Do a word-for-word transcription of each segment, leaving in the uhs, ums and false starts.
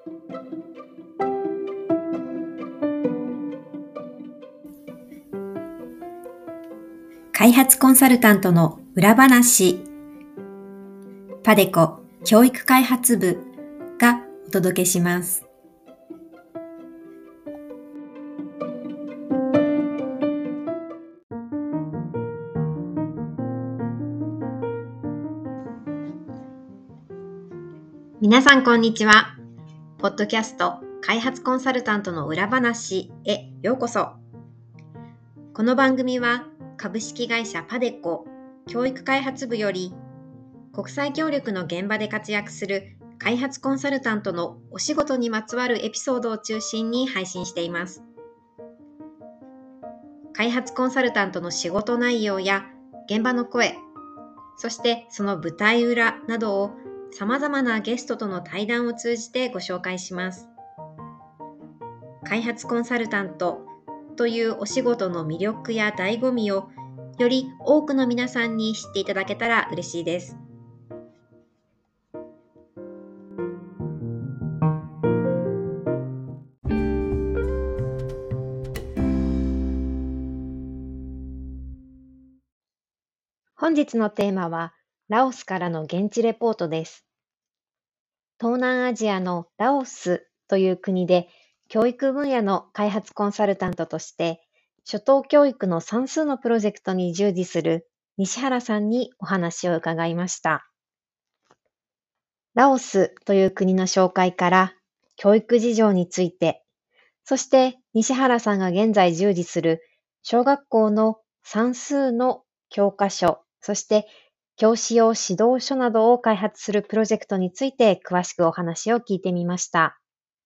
開発コンサルタントの裏話、パデコ教育開発部がお届けします。皆さんこんにちは。ポッドキャスト開発コンサルタントの裏話へようこそ。この番組は株式会社パデコ教育開発部より国際協力の現場で活躍する開発コンサルタントのお仕事にまつわるエピソードを中心に配信しています。開発コンサルタントの仕事内容や現場の声、そしてその舞台裏などをさまざまなゲストとの対談を通じてご紹介します。開発コンサルタントというお仕事の魅力や醍醐味をより多くの皆さんに知っていただけたら嬉しいです。本日のテーマはラオスからの現地レポートです。東南アジアのラオスという国で教育分野の開発コンサルタントとして初等教育の算数のプロジェクトに従事する西原さんにお話を伺いました。ラオスという国の紹介から教育事情について、そして西原さんが現在従事する小学校の算数の教科書、そして教師用指導書などを開発するプロジェクトについて詳しくお話を聞いてみました。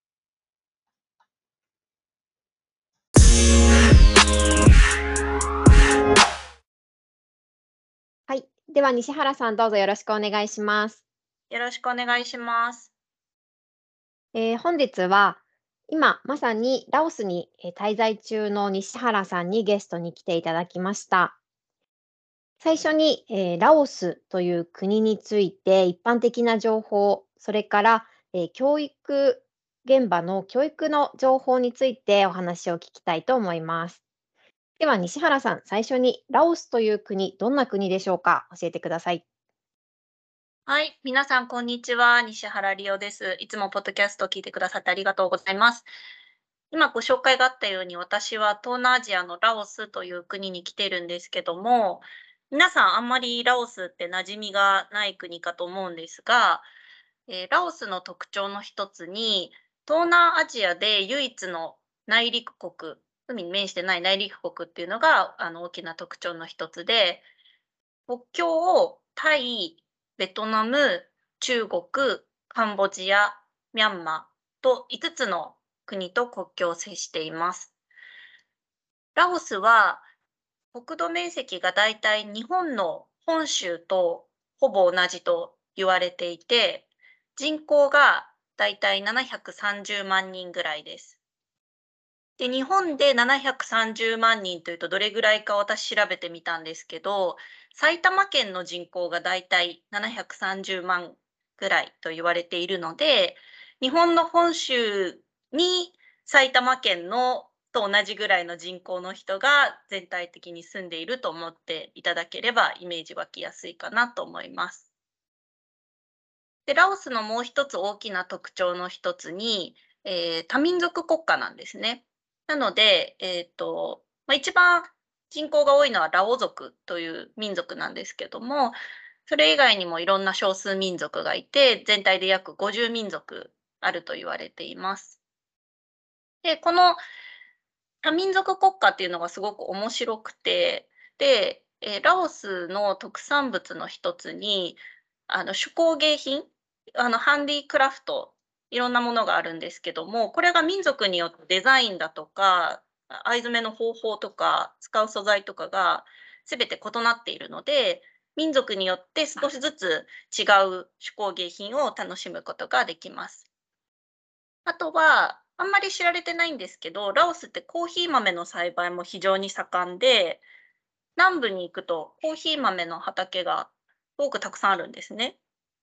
はい。では西原さん、どうぞよろしくお願いします。 よろしくお願いします。 えー本日は今まさにラオスにえー滞在中の西原さんにゲストに来ていただきました。最初に、えーラオスという国について一般的な情報、それから、えー教育現場の教育の情報についてお話を聞きたいと思います。では西原さん、最初にラオスという国、どんな国でしょうか？教えてください。 はい、皆さんこんにちは。西原里夫です。いつもポッドキャストを聞いてくださってありがとうございます。今ご紹介があったように、私は東南アジアのラオスという国に来てるんですけども、皆さんあんまりラオスって馴染みがない国かと思うんですが、えーラオスの特徴の一つに、東南アジアで唯一の内陸国、海に面してない内陸国っていうのがあの大きな特徴の一つで、国境をタイ、ベトナム、中国、カンボジア、ミャンマーといつつの国と国境を接しています。ラオスは国土面積がだいたい日本の本州とほぼ同じと言われていて、人口がだいたいななひゃくさんじゅうまん人ぐらいです。で、日本でななひゃくさんじゅうまん人というとどれぐらいか私調べてみたんですけど、埼玉県の人口がだいたいななひゃくさんじゅうまんぐらいと言われているので、日本の本州に埼玉県のと同じぐらいの人口の人が全体的に住んでいると思っていただければイメージ湧きやすいかなと思います。で、ラオスのもう一つ大きな特徴の一つに、えー多民族国家なんですね。なので、えっと、まあ、一番人口が多いのはラオ族という民族なんですけども、それ以外にもいろんな少数民族がいて、全体で約ごじゅう民族あると言われています。で、この多民族国家っていうのがすごく面白くて、で、え、ラオスの特産物の一つに、あの、手工芸品、あの、ハンディクラフト、いろんなものがあるんですけども、これが民族によってデザインだとか、あ藍染めの方法とか、使う素材とかが全て異なっているので、民族によって少しずつ違う手工芸品を楽しむことができます。あとは、あんまり知られてないんですけど、ラオスってコーヒー豆の栽培も非常に盛んで、南部に行くとコーヒー豆の畑がすごくたくさんあるんですね。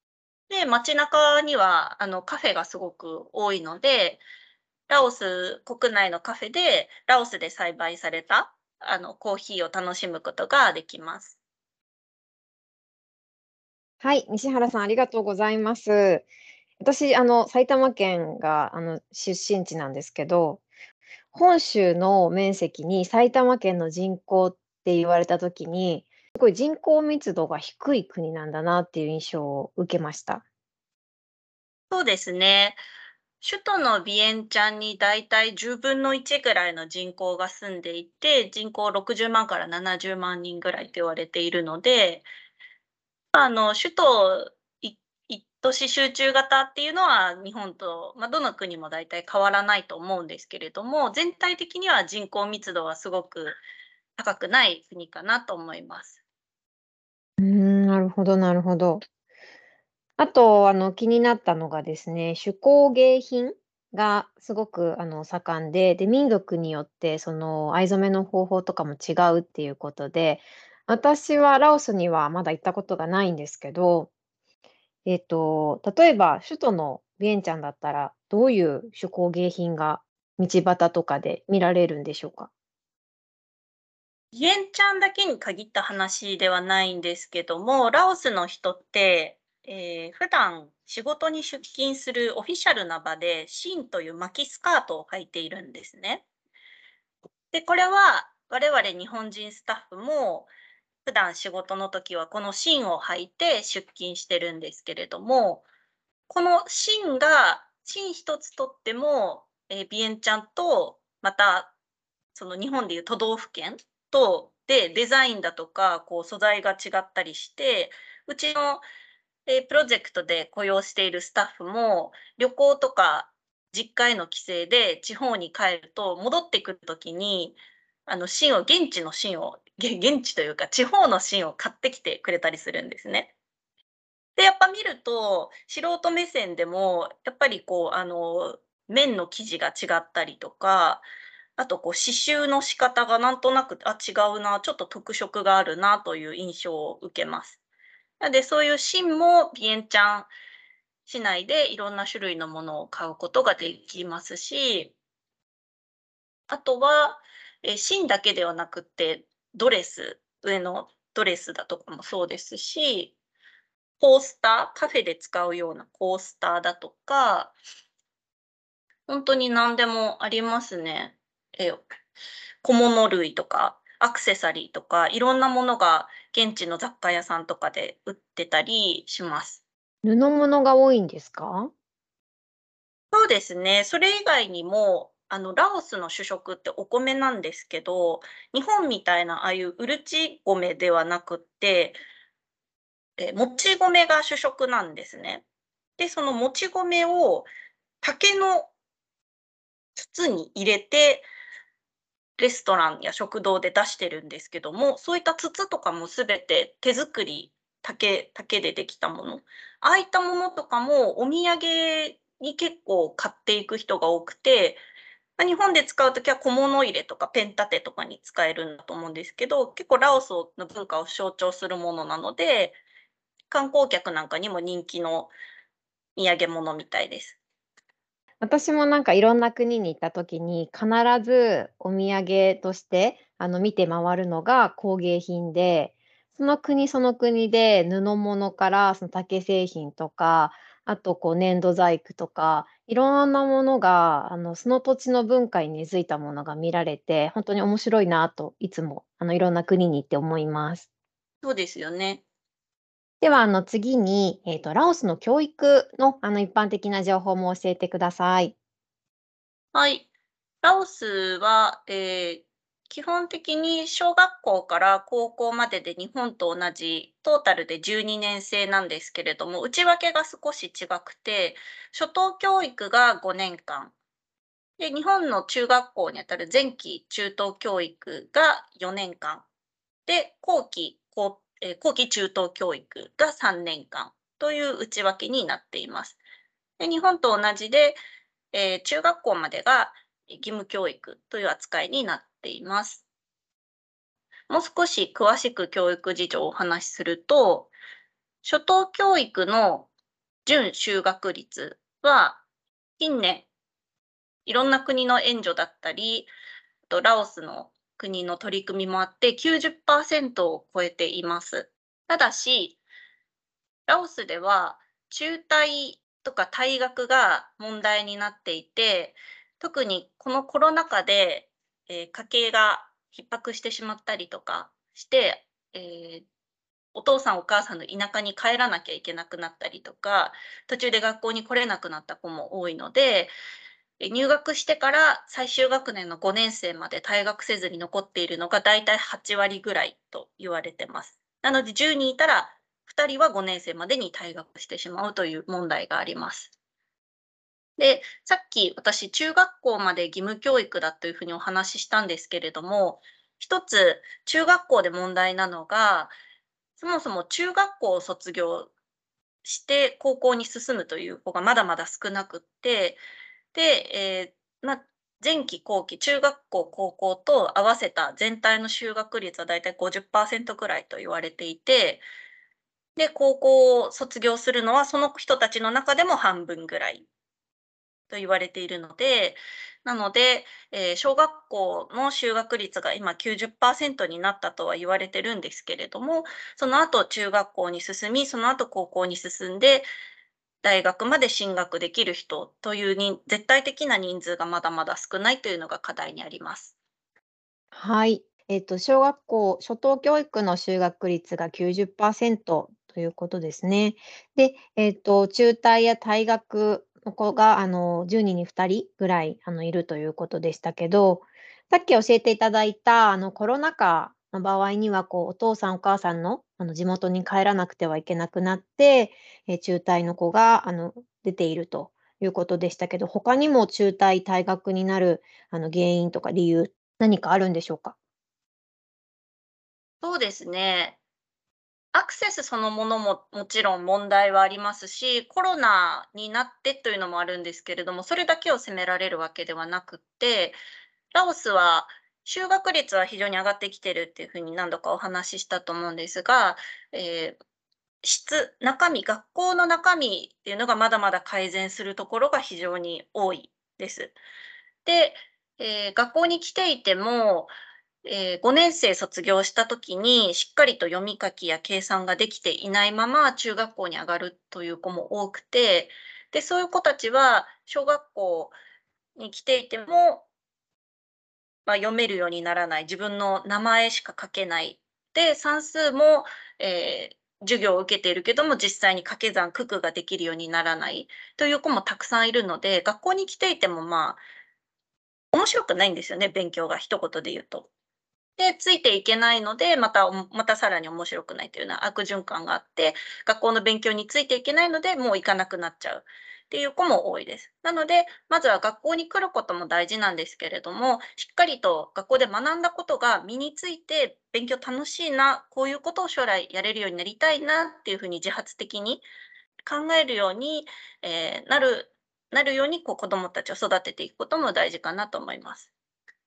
で、街中にはあのカフェがすごく多いので、ラオス国内のカフェで、ラオスで栽培されたあのコーヒーを楽しむことができます。 はい、西原さんありがとうございます。私、あの、埼玉県が、あの、出身地なんですけど、本州の面積に埼玉県の人口って言われた時に、すごい人口密度が低い国なんだなっていう印象を受けました。 そうですね。首都のビエンチャンにだいたいじゅうぶんのいちぐらいの人口が住んでいて、人口ろくじゅうまんからななじゅうまん人ぐらいと言われているので、あの、首都い一都市集中型っていうのは日本と、まあ、どの国も大体変わらないと思うんですけれども、全体的には人口密度はすごく高くない国かなと思います。 うーん、なるほどなるほど。あと、あの、気になったのがですね、手工芸品がすごく、あの、盛んで、で、民族によってその藍染めの方法とかも違うっていうことで、私はラオスにはまだ行ったことがないんですけど、えっと、例えば首都のビエンチャンだったら、どういう手工芸品が道端とかで見られるんでしょうか？ ビエンチャンだけに限った話ではないんですけども、ラオスの人って、えー普段仕事に出勤するオフィシャルな場で、シンという巻きスカートを履いているんですね。で、これは我々日本人スタッフも普段仕事の時はこのシンを履いて出勤してるんですけれども、このシンが、シン一つとっても、えービエンチャンと、またその日本でいう都道府県とでデザインだとかこう素材が違ったりして、うちの、えープロジェクトで雇用しているスタッフも旅行とか実家への帰省で地方に帰ると戻ってくる時にあの芯を現地の芯を現地というか地方の芯を買ってきてくれたりするんですね。で、やっぱ見ると、素人目線でも、やっぱりこう、あの、面の生地が違ったりとか、あとこう刺繍の仕方がなんとなく、あ、違うな、ちょっと特色があるなという印象を受けます。なので、そういう芯もビエンチャン市内でいろんな種類のものを買うことができますし、あとは、え、芯だけではなくって、ドレス、上のドレスだとかもそうですし、コースター、カフェで使うようなコースターだとか、ほんとに何でもありますね。え、小物類とか、アクセサリーとか、いろんなものが現地の雑貨屋さんとかで売ってたりします。 布物が多いんですか？ そうですね、それ以外にも、あの、ラオスの主食ってお米なんですけど、日本みたいなああいううるち米ではなくって、え、もち米が主食なんですね。で、そのもち米を竹の筒に入れて、レストランや食堂で出してるんですけども、そういった筒とかもすべて手作り、竹竹でできたもの。ああいったものとかもお土産に結構買っていく人が多くて、ま、日本で使うときは小物入れとかペン立てとかに使えるんだと思うんですけど、結構ラオスの文化を象徴するものなので、観光客なんかにも人気の土産物みたいです。 私もなんかいろんな国に行った時に、必ずお土産として、あの、見て回るのが工芸品で、その国その国で布物からその竹製品とか、あとこう粘土細工とか、いろんなものが、あの、その土地の文化に根付いたものが見られて、ほんとに面白いなといつも、あの、いろんな国に行って思います。 そうですよね。 では、あの、次に、えっと、ラオスの教育の、あの、一般的な情報も教えてください。 はい。ラオスは、えー基本的に小学校から高校までで日本と同じトータルでじゅうにねん制なんですけれども、内訳が少し違くて、初等教育がごねんかん、で、日本の中学校にあたる前期中等教育がよねんかん、で、後期こうえー後期中等教育がさんねんかんという内訳になっています。で、日本と同じで、えー中学校までが義務教育という扱いになっています。もう少し詳しく教育事情をお話しすると、初等教育の準就学率は近年いろんな国の援助だったり、あとラオスの国の取り組みもあってきゅうじゅっパーセントを超えています。ただし、ラオスでは中退とか退学が問題になっていて、特にこのコロナ禍で、えー家計が逼迫してしまったりとかして、えーお父さんお母さんの田舎に帰らなきゃいけなくなったりとか、途中で学校に来れなくなった子も多いので、え入学してから最終学年のごねん生まで退学せずに残っているのがだいたいはち割ぐらいと言われてます。なのでじゅうにんいたらふたりはごねん生までに退学してしまうという問題があります。で、さっき私中学校まで義務教育だというふうにお話ししたんですけれども、一つ中学校で問題なのが、そもそも中学校を卒業して高校に進むという子がまだまだ少なくって、で、えーま、前期後期、中学校、高校と合わせた全体の就学率はだいたいごじゅっパーセントくらいと言われていて、で、高校を卒業するのはその人たちの中でも半分ぐらいと言われているので、なので、えー小学校の就学率が今きゅうじゅっパーセントになったとは言われてるんですけれども、その後中学校に進み、その後高校に進んで、大学まで進学できる人というに絶対的な人数がまだまだ少ないというのが課題にあります。 はい。えっと、小学校、初等教育の就学率がきゅうじゅっパーセントということですね。で、えっと、中退や退学の子が、あの、じゅうにんにふたりぐらい、あの、いるということでしたけど、さっき教えていただいた、あの、コロナ禍の場合には、こう、お父さんお母さんの、あの、地元に帰らなくてはいけなくなって、え、中退の子が、あの、出ているということでしたけど、他にも中退、退学になる、あの、原因とか理由何かあるんでしょうか？ そうですね。アクセスそのものももちろん問題はありますし、コロナになってというのもあるんですけれども、それだけを責められるわけではなくって、ラオスは就学率は非常に上がってきてるっていうふうに何度かお話ししたと思うんですが、えー質、中身、学校の中身っていうのがまだまだ改善するところが非常に多いです。で、えー学校に来ていても、えーごねん生卒業した時にしっかりと読み書きや計算ができていないまま中学校に上がるという子も多くて、で、そういう子たちは小学校に来ていてもまあ、読めるようにならない、自分の名前しか書けない。で、算数も、えー授業を受けているけども、実際に掛け算、九九ができるようにならないという子もたくさんいるので、学校に来ていても、まあ、面白くないんですよね、勉強が一言で言うと。で、ついていけないので、また、おまたさらに面白くないというような悪循環があって、学校の勉強についていけないので、もう行かなくなっちゃうっていう子も多いです。なので、まずは学校に来ることも大事なんですけれども、しっかりと学校で学んだことが身について、勉強楽しいな、こういうことを将来やれるようになりたいなっていうふうに自発的に考えるように、えーなるなるように、こう子どもたちを育てていくことも大事かなと思います。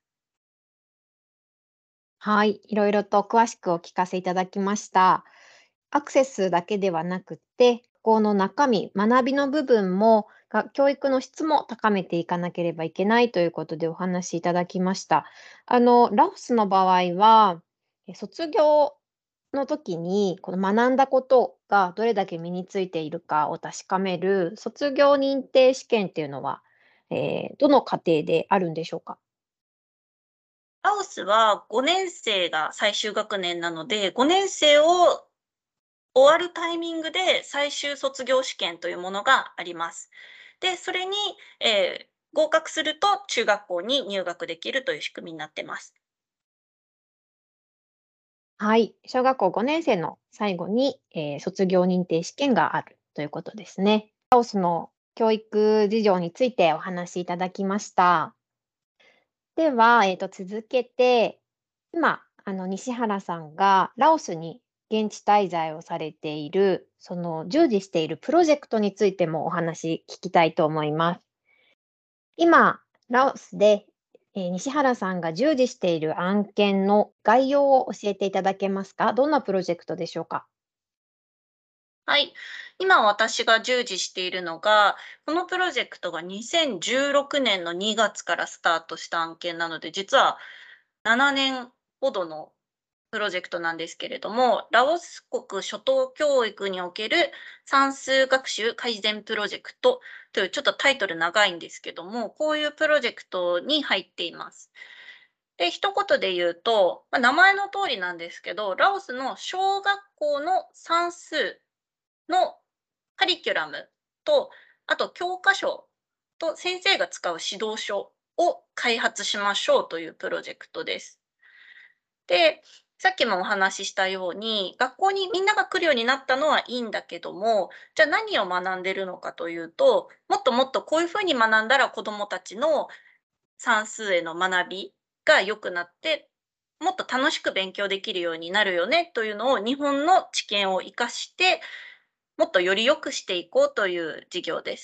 はい、いろいろと詳しくお聞かせいただきました。アクセスだけではなくって、学校の中身、学びの部分も、が教育の質も高めていかなければいけないということでお話しいただきました。あの、ラオスの場合は、え卒業の時に、この学んだことがどれだけ身についているかを確かめる卒業認定試験っていうのは、えーどの過程であるんでしょうか？ ラオスはごねん生が最終学年なので、ごねん生を終わるタイミングで最終卒業試験というものがあります。で、それに、えー合格すると中学校に入学できるという仕組みになってます。 はい、小学校ごねん生の最後に、えー卒業認定試験があるということですね。ラオスの教育事情についてお話しいただきました。では、えっと、続けて、今、あの、西原さんがラオスに現地滞在をされている、その従事しているプロジェクトについてもお話聞きたいと思います。今、ラオスで、えー西原さんが従事している案件の概要を教えていただけますか？どんなプロジェクトでしょうか？ はい。今私が従事しているのが、このプロジェクトがにせんじゅうろくねんのにがつからスタートした案件なので、実はななねんほどのプロジェクトなんですけれども、ラオス国初等教育における算数学習改善プロジェクトというちょっとタイトル長いんですけども、こういうプロジェクトに入っています。で、一言で言うと、まあ、名前の通りなんですけど、ラオスの小学校の算数のカリキュラムと、あと教科書と先生が使う指導書を開発しましょうというプロジェクトです。で、さっきもお話ししたように、学校にみんなが来るようになったのはいいんだけども、じゃあ何を学んでるのかというと、もっともっとこういうふうに学んだら子どもたちの算数への学びが良くなって、もっと楽しく勉強できるようになるよねというのを日本の知見を生かして、もっとより良くしていこうという事業です。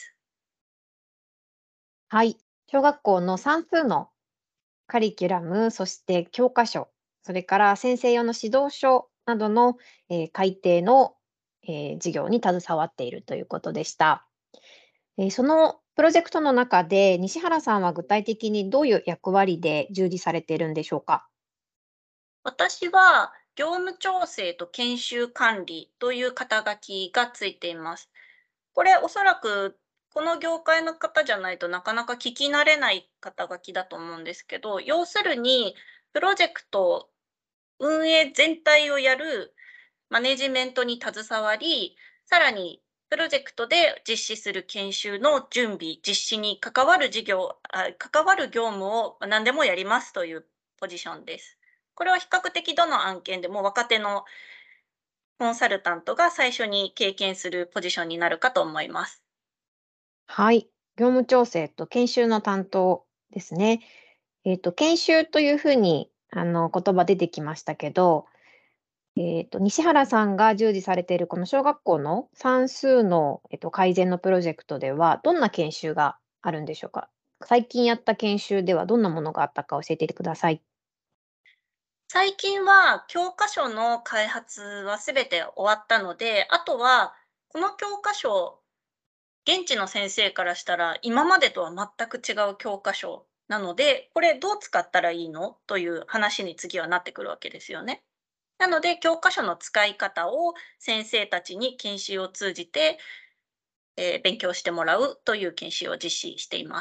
はい。小学校の算数のカリキュラム、そして教科書、それから先生用の指導書などの、えー改訂の、えー事業に携わっているということでした。えーそのプロジェクトの中で、西原さんは具体的にどういう役割で従事されているんでしょうか？ 私は業務調整と研修管理という肩書きがついています。これおそらくこの業界の方じゃないとなかなか聞き慣れない肩書きだと思うんですけど、要するにプロジェクト運営全体をやるマネジメントに携わり、さらにプロジェクトで実施する研修の準備、実施に関わる事業、あ関わる業務を何でもやりますというポジションです。これは比較的どの案件でも若手のコンサルタントが最初に経験するポジションになるかと思います。 はい。業務調整と研修の担当ですね。えっと、研修というふうに、あの、言葉出てきましたけど、えっと、西原さんが従事されているこの小学校の算数の、えっと、改善のプロジェクトでは、どんな研修があるんでしょうか？最近やった研修ではどんなものがあったか教えてください。 最近は教科書の開発はすべて終わったので、あとはこの教科書、現地の先生からしたら今までとは全く違う教科書なので、これどう使ったらいいのという話に次はなってくるわけですよね。なので、教科書の使い方を先生たちに研修を通じて、えー勉強してもらうという研修を実施しています。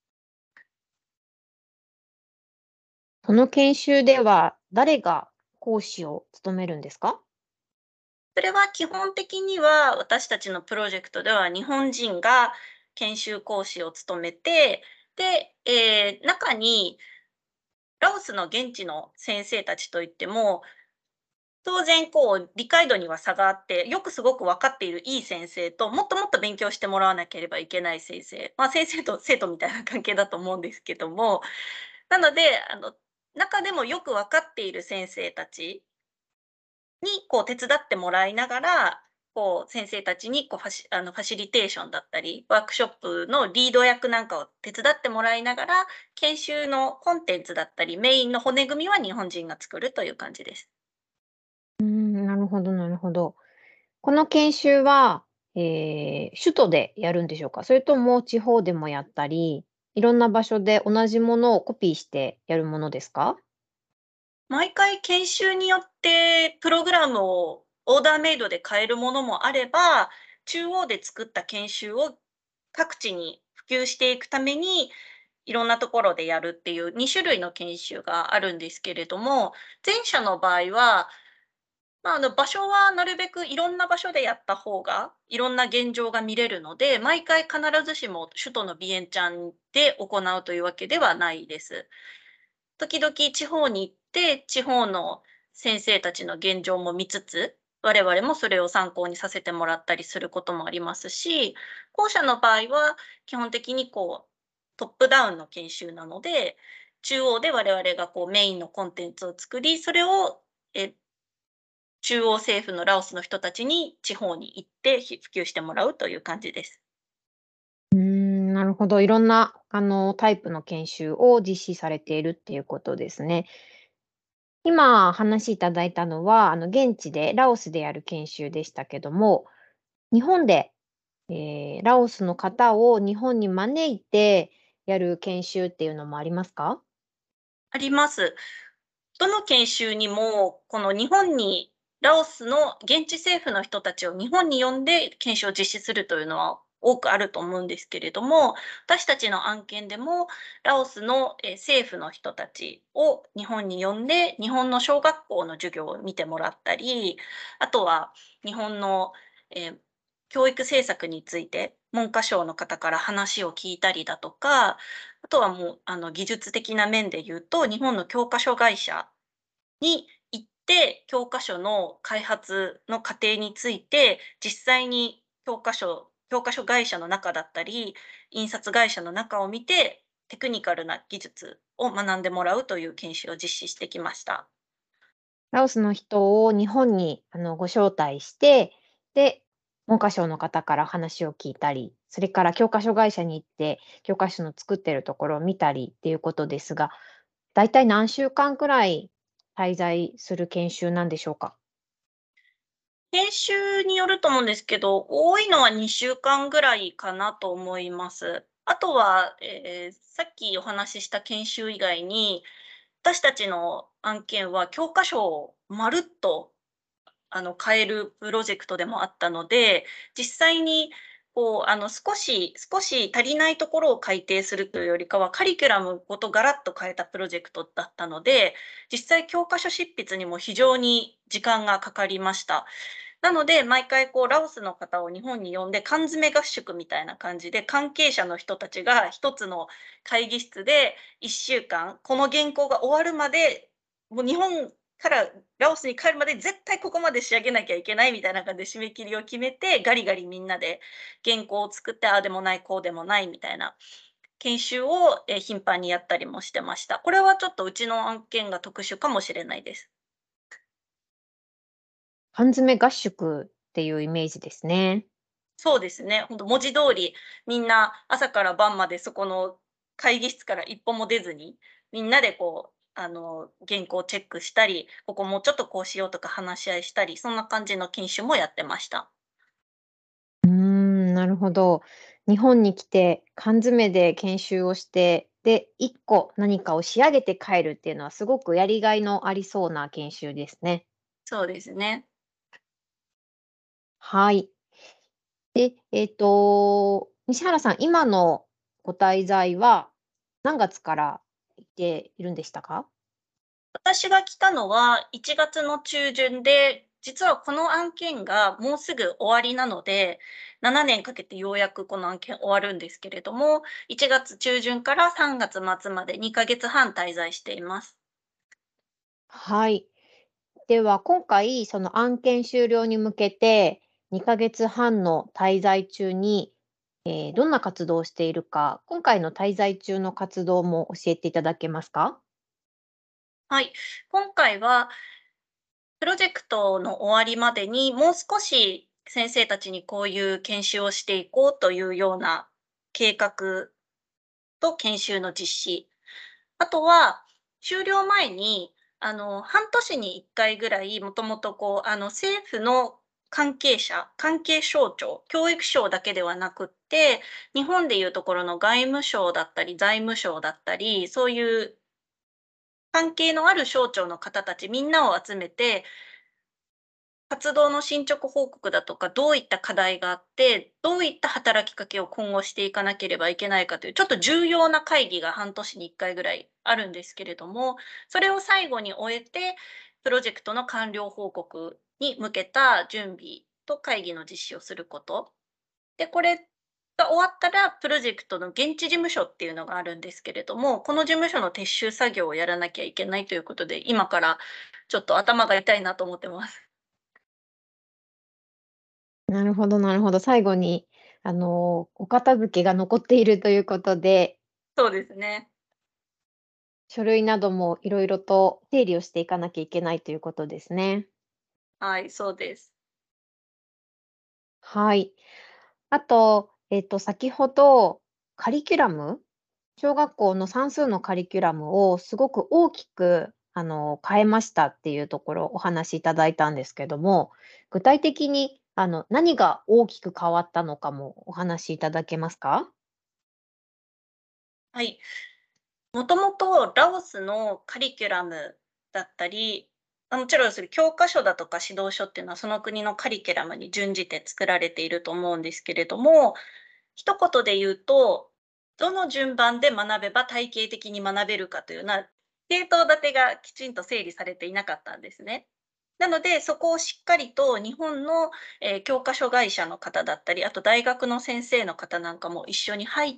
その研修では誰が講師を務めるんですか？ それは基本的には私たちのプロジェクトでは日本人が研修講師を務めて、で、えー中にラオスの現地の先生たちといっても、当然こう理解度には差があって、よくすごく分かっているいい先生と、もっともっと勉強してもらわなければいけない先生、まあ、先生と生徒みたいな関係だと思うんですけども、なので、あの、中でもよく分かっている先生たちに、こう手伝ってもらいながら、こう先生たちにこうファシあのファシリテーションだったり、ワークショップのリード役なんかを手伝ってもらいながら、研修のコンテンツだったり、メインの骨組みは日本人が作るという感じです。 うーん、なるほどなるほど。この研修は、えー首都でやるんでしょうか？それとも地方でもやったり、いろんな場所で同じものをコピーしてやるものですか？ 毎回研修によってプログラムをオーダーメイドで変えるものもあれば、中央で作った研修を各地に普及していくために、いろんなところでやるっていうに種類の研修があるんですけれども、前者の場合は、まあ、あの場所はなるべくいろんな場所でやった方が、いろんな現状が見れるので、毎回必ずしも首都のビエンチャンで行うというわけではないです。時々地方に行って、地方の先生たちの現状も見つつ、我々もそれを参考にさせてもらったりすることもありますし、後者の場合は基本的にこう、トップダウンの研修なので、中央で我々がこうメインのコンテンツを作り、それをえ中央政府のラオスの人たちに地方に行ってひ普及してもらうという感じです。 うーん、なるほど。いろんな、あの、タイプの研修を実施されているっていうことですね。今話しいただいたのは、あの、現地でラオスでやる研修でしたけども、 日本で、えーラオスの方を日本に招いてやる研修っていうのもありますか？ あります。どの研修にも、この日本にラオスの現地政府の人たちを日本に呼んで研修を実施するというのは多くあると思うんですけれども、私たちの案件でもラオスのえー政府の人たちを日本に呼んで、日本の小学校の授業を見てもらったり、あとは日本のえー教育政策について文科省の方から話を聞いたりだとか、あとはもうあの技術的な面で言うと、日本の教科書会社に行って、教科書の開発の過程について、実際に教科書教科書会社の中だったり、印刷会社の中を見て、テクニカルな技術を学んでもらうという研修を実施してきました。 ラオスの人を日本にあのご招待して、で、文科省の方から話を聞いたり、それから教科書会社に行って、教科書の作ってるところを見たりっていうことですが、だいたい何週間くらい滞在する研修なんでしょうか？ 研修によると思うんですけど、多いのはにしゅうかんぐらいかなと思います。あとは、えーさっきお話しした研修以外に、私たちの案件は教科書をまるっとあの変えるプロジェクトでもあったので、実際にこうあの少し少し足りないところを改定するというよりかは、カリキュラムごとガラッと変えたプロジェクトだったので、実際教科書執筆にも非常に時間がかかりました。なので、毎回こうラオスの方を日本に呼んで、缶詰合宿みたいな感じで、関係者の人たちが一つの会議室でいっしゅうかん、この原稿が終わるまで、もう日本からラオスに帰るまで絶対ここまで仕上げなきゃいけないみたいな感じで締め切りを決めて、ガリガリみんなで原稿を作って、ああでもない、こうでもないみたいな研修を、え、頻繁にやったりもしてました。これはちょっとうちの案件が特殊かもしれないです。 缶詰合宿っていうイメージですね。 そうですね。ほんと文字通り、みんな朝から晩までそこの会議室から一歩も出ずに、みんなでこう、あの、原稿をチェックしたり、ここもうちょっとこうしようとか話し合いしたり、そんな感じの研修もやってました。 うーん、なるほど。日本に来て缶詰で研修をして、で、いっこ何かを仕上げて帰るっていうのはすごくやりがいのありそうな研修ですね。 そうですね。 はい。で、えっと、西原さん、今のご滞在は何月から行っているんでしたか？ 私が来たのはいちがつの中旬で、実はこの案件がもうすぐ終わりなので、ななねんかけてようやくこの案件終わるんですけれども、いちがつ中旬からさんがつ末までにかげつはん滞在しています。 はい。では、今回、その案件終了に向けて、にかげつはんの滞在中に、えーどんな活動をしているか、今回の滞在中の活動も教えていただけますか？ はい。今回はプロジェクトの終わりまでに、もう少し先生たちにこういう研修をしていこうというような計画と研修の実施。あとは、終了前に、あの、半年にいっかいぐらい、もともとこう、あの、政府の関係者、関係省庁、教育省だけではなくって、日本でいうところの外務省だったり、財務省だったり、そういう関係のある省庁の方たちみんなを集めて、活動の進捗報告だとか、どういった課題があって、どういった働きかけを今後していかなければいけないかという、ちょっと重要な会議が半年にいっかいぐらいあるんですけれども、それを最後に終えて、プロジェクトの完了報告に向けた準備と会議の実施をすること。で、これが終わったら、プロジェクトの現地事務所っていうのがあるんですけれども、この事務所の撤収作業をやらなきゃいけないということで、今からちょっと頭が痛いなと思ってます。 なるほどなるほど。最後に、あの、お片付けが残っているということで、 そうですね。 書類などもいろいろと整理をしていかなきゃいけないということですね。 はい、そうです。 はい。あと、えっと、先ほど、カリキュラム小学校の算数のカリキュラムをすごく大きく、あの、変えましたっていうところお話しいただいたんですけども、具体的にあの、何が大きく変わったのかもお話しいただけますか？ はい。もともとラオスのカリキュラムだったり、あ、もちろんそれ教科書だとか指導書っていうのはその国のカリキュラムに準じて作られていると思うんですけれども、一言で言うと、どの順番で学べば体系的に学べるかというような系統立てがきちんと整理されていなかったんですね。なので、そこをしっかりと日本の、えー教科書会社の方だったり、あと大学の先生の方なんかも一緒に入って、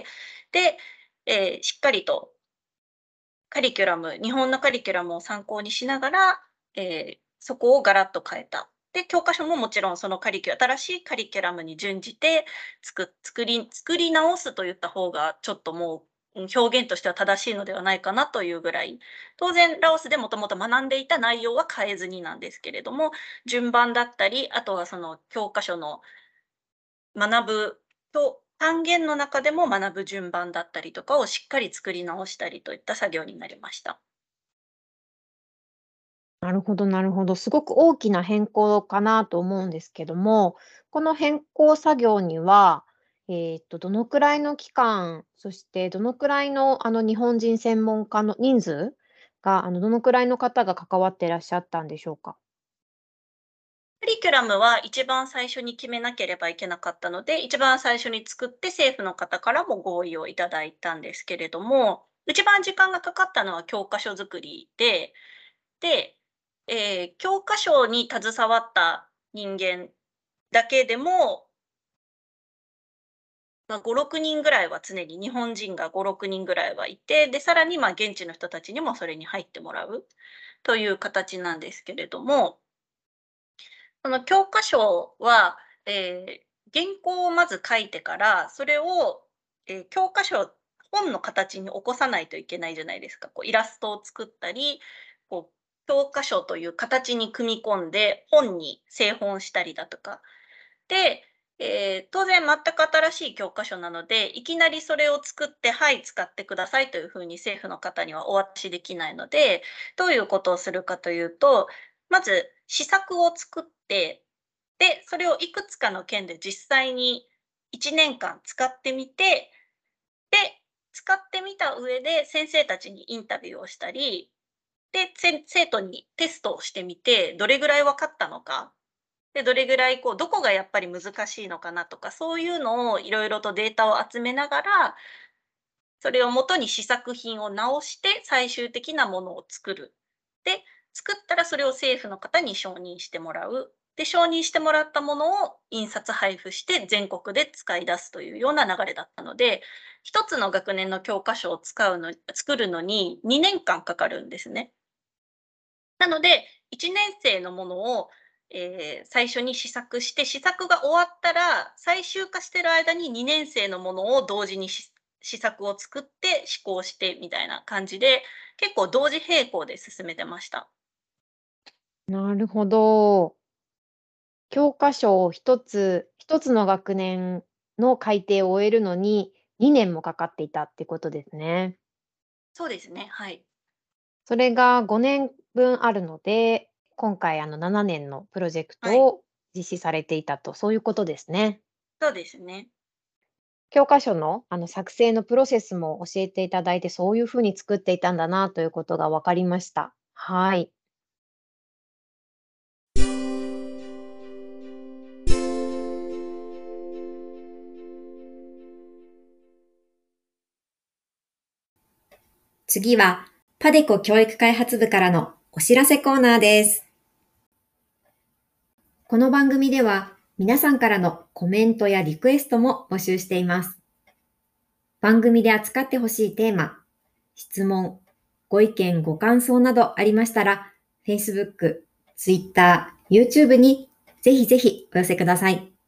で、えーしっかりとカリキュラム日本のカリキュラムを参考にしながら、えーそこをガラッと変えた。で、教科書ももちろんそのカリキュ新しいカリキュラムに準じて、つく作り作り直すと言った方がちょっともう、うん、表現としては正しいのではないかなというぐらい、当然ラオスでもともと学んでいた内容は変えずになんですけれども、順番だったり、あとはその教科書の学ぶと単元の中でも学ぶ順番だったりとかをしっかり作り直したりといった作業になりました。 なるほどなるほど。すごく大きな変更かなと思うんですけども、この変更作業には、えっと、どのくらいの期間、そしてどのくらいの、あの、日本人専門家の人数が、あの、どのくらいの方が関わってらっしゃったんでしょうか？ カリキュラムは一番最初に決めなければいけなかったので、一番最初に作って政府の方からも合意をいただいたんですけれども、一番時間がかかったのは教科書作りで、で、えー教科書に携わった人間だけでも、まあ、ご、ろくにんぐらいは常に日本人がご、ろくにんぐらいはいて、で、さらにまあ現地の人たちにもそれに入ってもらうという形なんですけれども、その教科書は、えー原稿をまず書いてから、それを、えー教科書本の形に起こさないといけないじゃないですか。こうイラストを作ったり、こう教科書という形に組み込んで本に製本したりだとか。で、えー当然全く新しい教科書なので、いきなりそれを作って、はい、使ってくださいというふうに政府の方にはお渡しできないので、どういうことをするかというと、まず試作を作って、で、それをいくつかの県で実際にいちねんかん使ってみて、で、使ってみた上で先生たちにインタビューをしたり、で、生徒にテストをしてみて、どれぐらい分かったのか、で、どれぐらいこう、どこがやっぱり難しいのかなとか、そういうのをいろいろとデータを集めながら、それをもとに試作品を直して最終的なものを作る。で、作ったらそれを政府の方に承認してもらう。で、承認してもらったものを印刷配布して全国で使い出すというような流れだったので、一つの学年の教科書を使うの作るのににねんかんかかるんですね。なので、いちねん生のものを、えー最初に試作して、試作が終わったら、最終化してる間ににねん生のものを同時にし試作を作って試行してみたいな感じで、結構同時並行で進めてました。 なるほど。教科書を一つ一つの学年の改訂を終えるのににねんもかかっていたってことですね。 そうですね、はい。 それがごねんぶんあるので、今回あのななねんのプロジェクはい、 トを実施されていたと、そういうことですね。 そうですね。 教科書のあの作成のプロセスも教えていただいて、そういう風に作っていたんだなということが分かりました。はい。 次は、パデコ教育開発部からのお知らせコーナーです。この番組では、皆さんからのコメントやリクエストも募集しています。番組で扱ってほしいテーマ、質問、ご意見、ご感想などありましたら、Facebook、Twitter、YouTube にぜひぜひお寄せください。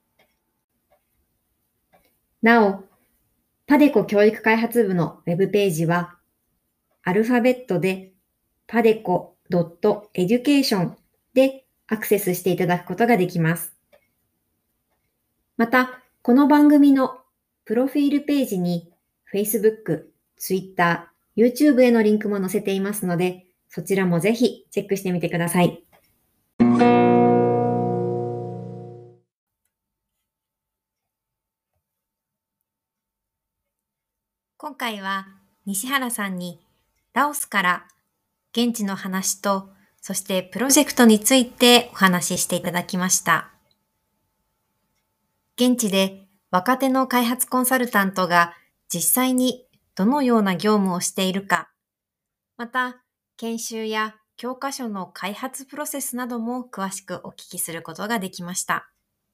なお、パデコ教育開発部のウェブページは、アルファベットで パデコドットエデュケーション でアクセスしていただくことができます。また、この番組のプロフィールページに Facebook、Twitter、YouTube へのリンクも載せていますので、そちらもぜひチェックしてみてください。 今回は西原さんにラオスから現地の話と、そしてプロジェクトについてお話ししていただきました。現地で若手の開発コンサルタントが実際にどのような業務をしているか、また研修や教科書の開発プロセスなども詳しくお聞きすることができました。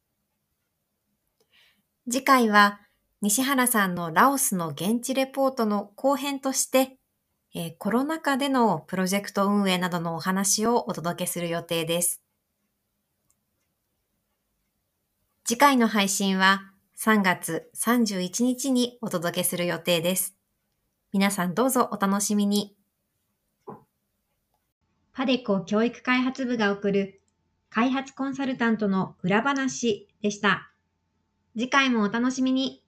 次回は西原さんのラオスの現地レポートの後編として、えー、コロナ禍でのプロジェクト運営などのお話をお届けする予定です。次回の配信はさんがつさんじゅういちにちにお届けする予定です。皆さんどうぞお楽しみに。パデコ教育開発部が送る開発コンサルタントの裏話でした。次回もお楽しみに。